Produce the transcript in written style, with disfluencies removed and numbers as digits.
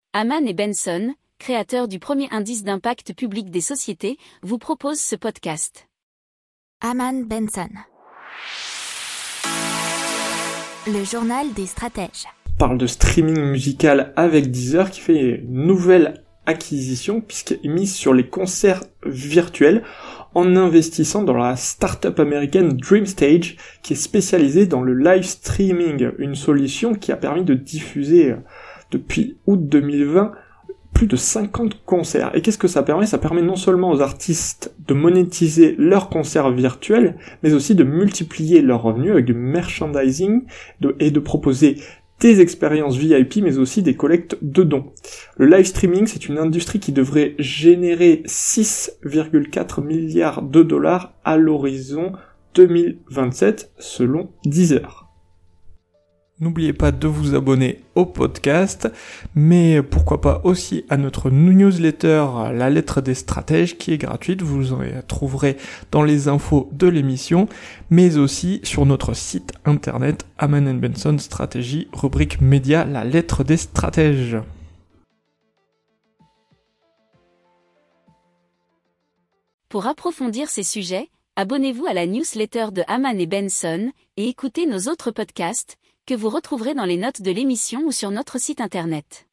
Hamann et Benson, créateurs du premier indice d'impact public des sociétés, vous proposent ce podcast. Hamann Benson. Le journal des stratèges. On parle de streaming musical avec Deezer qui fait une nouvelle acquisition puisqu'il mise sur les concerts virtuels en investissant dans la start-up américaine DreamStage qui est spécialisée dans le live streaming, une solution qui a permis de diffuser depuis août 2020 plus de 50 concerts. Et qu'est-ce que ça permet ? Ça permet non seulement aux artistes de monétiser leurs concerts virtuels, mais aussi de multiplier leurs revenus avec du merchandising et de proposer des expériences VIP, mais aussi des collectes de dons. Le live streaming, c'est une industrie qui devrait générer 6,4 milliards de dollars à l'horizon 2027, selon Deezer. N'oubliez pas de vous abonner au podcast, mais pourquoi pas aussi à notre newsletter La Lettre des Stratèges qui est gratuite, vous en trouverez dans les infos de l'émission, mais aussi sur notre site internet Hamann & Benson Stratégie, rubrique média La Lettre des Stratèges. Pour approfondir ces sujets, abonnez-vous à la newsletter de Hamann & Benson et écoutez nos autres podcasts, que vous retrouverez dans les notes de l'émission ou sur notre site internet.